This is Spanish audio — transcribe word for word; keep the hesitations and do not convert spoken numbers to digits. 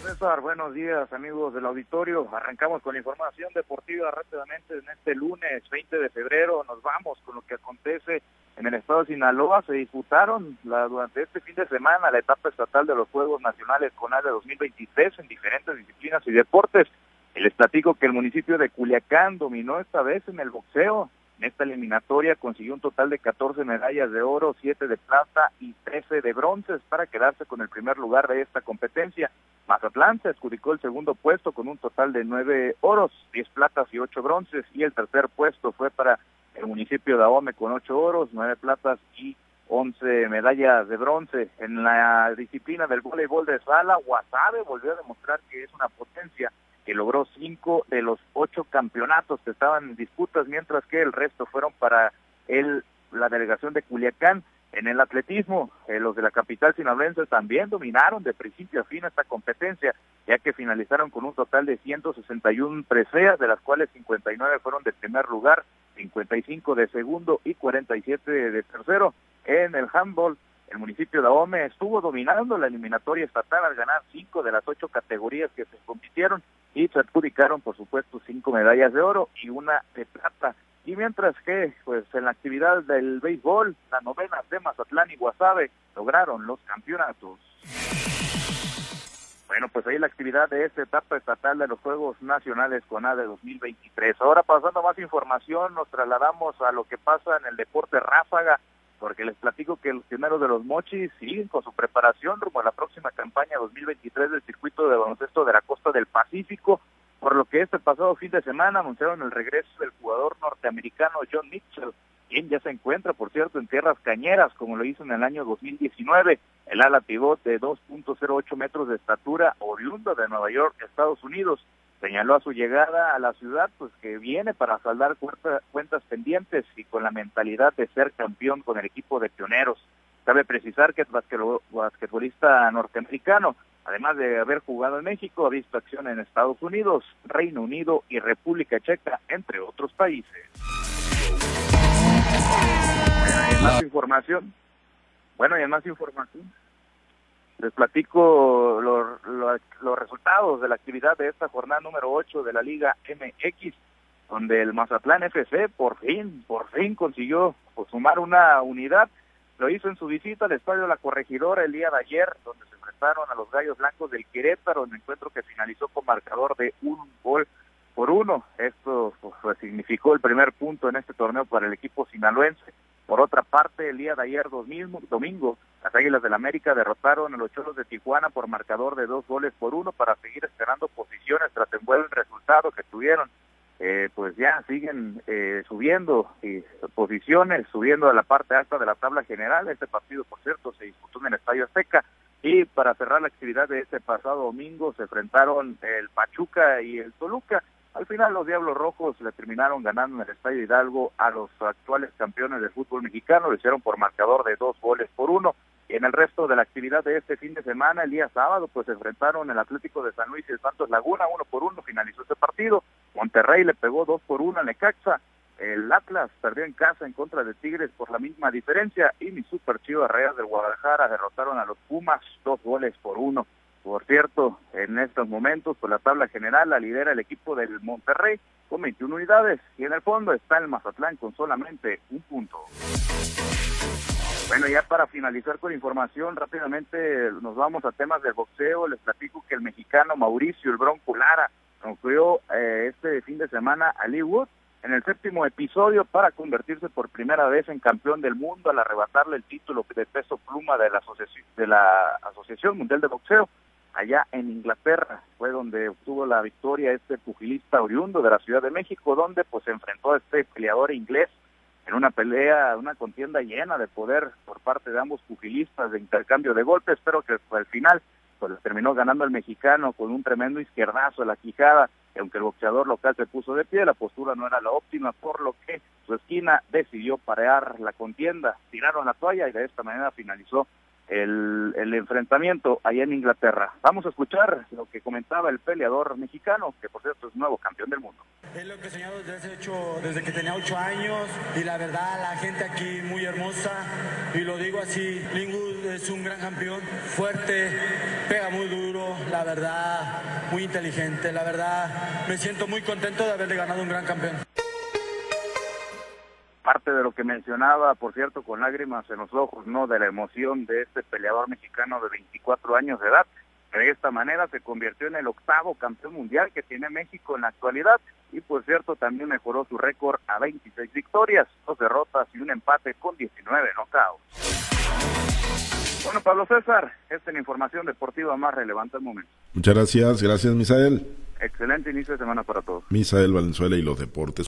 César, buenos días amigos del auditorio. Arrancamos con información deportiva rápidamente en este lunes veinte de febrero. Nos vamos con lo que acontece en el estado de Sinaloa. Se disputaron la, durante este fin de semana la etapa estatal de los Juegos Nacionales CONADE dos mil veintitrés en diferentes disciplinas y deportes. Y les platico que el municipio de Culiacán dominó esta vez en el boxeo. En esta eliminatoria consiguió un total de catorce medallas de oro, siete de plata y trece de bronces para quedarse con el primer lugar de esta competencia. Mazatlán se adjudicó el segundo puesto con un total de nueve oros, diez platas y ocho bronces, y el tercer puesto fue para el municipio de Ahome con ocho oros, nueve platas y once medallas de bronce. En la disciplina del voleibol de sala, Guasave volvió a demostrar que es una potencia, que logró cinco de los ocho campeonatos que estaban en disputas, mientras que el resto fueron para el, la delegación de Culiacán. En el atletismo, eh, los de la capital sinaloense también dominaron de principio a fin esta competencia, ya que finalizaron con un total de ciento sesenta y uno preseas, de las cuales cincuenta y nueve fueron de primer lugar, cincuenta y cinco de segundo y cuarenta y siete de tercero. En el handball, el municipio de Ahome estuvo dominando la eliminatoria estatal al ganar cinco de las ocho categorías que se compitieron y se adjudicaron, por supuesto, cinco medallas de oro y una de plata. Y mientras que, pues, en la actividad del béisbol, las novenas de Mazatlán y Guasave lograron los campeonatos. Bueno, pues ahí la actividad de esta etapa estatal de los Juegos Nacionales CONADE dos mil veintitrés. Ahora, pasando más información, nos trasladamos a lo que pasa en el deporte ráfaga, porque les platico que los pioneros de los Mochis siguen con su preparación rumbo a la próxima campaña dos mil veintitrés del circuito de baloncesto de la costa del Pacífico, por lo que este pasado fin de semana anunciaron el regreso del jugador norteamericano John Mitchell, quien ya se encuentra, por cierto, en tierras cañeras, como lo hizo en el año dos mil diecinueve, el ala pivot de dos punto cero ocho metros de estatura, oriundo de Nueva York, Estados Unidos. Señaló a su llegada a la ciudad pues que viene para saldar cuenta, cuentas pendientes y con la mentalidad de ser campeón con el equipo de pioneros. Cabe precisar que el basquetbolista norteamericano, además de haber jugado en México, ha visto acción en Estados Unidos, Reino Unido y República Checa, entre otros países. Bueno, y en más información, bueno, y en más información, les platico los, los, los resultados de la actividad de esta jornada número ocho de la Liga M X, donde el Mazatlán F C por fin, por fin consiguió pues, sumar una unidad. Lo hizo en su visita al Estadio La Corregidora el día de ayer, donde se enfrentaron a los Gallos Blancos del Querétaro, en un encuentro que finalizó con marcador de un gol por uno. Esto pues, significó el primer punto en este torneo para el equipo sinaloense. Por otra parte, el día de ayer domingo, domingo las Águilas del América derrotaron a los Cholos de Tijuana por marcador de dos goles por uno para seguir esperando posiciones tras el buen resultado que tuvieron. Eh, pues ya siguen eh, subiendo eh, posiciones, subiendo a la parte alta de la tabla general. Este partido, por cierto, se disputó en el Estadio Azteca. Y para cerrar la actividad de este pasado domingo se enfrentaron el Pachuca y el Toluca. Al final los Diablos Rojos le terminaron ganando en el Estadio Hidalgo a los actuales campeones del fútbol mexicano, lo hicieron por marcador de dos goles por uno. Y en el resto de la actividad de este fin de semana, el día sábado, pues se enfrentaron el Atlético de San Luis y el Santos Laguna, uno por uno, finalizó ese partido. Monterrey le pegó dos por uno al Necaxa. El Atlas perdió en casa en contra de Tigres por la misma diferencia, y mis Super Chivas Rayadas del Guadalajara derrotaron a los Pumas dos goles por uno. Por cierto, en estos momentos, pues la tabla general la lidera el equipo del Monterrey con veintiuna unidades, y en el fondo está el Mazatlán con solamente un punto. Bueno, ya para finalizar con información, rápidamente nos vamos a temas del boxeo. Les platico que el mexicano Mauricio El Bronco Lara concluyó eh, este fin de semana a Lee Wood en el séptimo episodio para convertirse por primera vez en campeón del mundo al arrebatarle el título de peso pluma de la asociación, de la Asociación Mundial de Boxeo allá en Inglaterra. Fue donde obtuvo la victoria este pugilista oriundo de la Ciudad de México, donde pues se enfrentó a este peleador inglés en una pelea, una contienda llena de poder por parte de ambos pugilistas, de intercambio de golpes, pero que al final pues terminó ganando el mexicano con un tremendo izquierdazo a la quijada. Y aunque el boxeador local se puso de pie, la postura no era la óptima, por lo que su esquina decidió parear la contienda, tiraron la toalla y de esta manera finalizó el, el enfrentamiento allá en Inglaterra. Vamos a escuchar lo que comentaba el peleador mexicano, que por cierto es nuevo campeón del mundo. Es lo que he soñado desde, hecho, desde que tenía ocho años y la verdad la gente aquí muy hermosa y lo digo así, Lingus es un gran campeón, fuerte, pega muy duro, la verdad, muy inteligente, la verdad me siento muy contento de haberle ganado un gran campeón. Parte de lo que mencionaba, por cierto, con lágrimas en los ojos, ¿no?, de la emoción de este peleador mexicano de veinticuatro años de edad, que de esta manera se convirtió en el octavo campeón mundial que tiene México en la actualidad, y por cierto también mejoró su récord a veintiséis victorias, dos derrotas y un empate con diecinueve knockouts. Bueno, Pablo César, esta es la información deportiva más relevante al momento. Muchas gracias, gracias Misael. Excelente inicio de semana para todos. Misael Valenzuela y los deportes.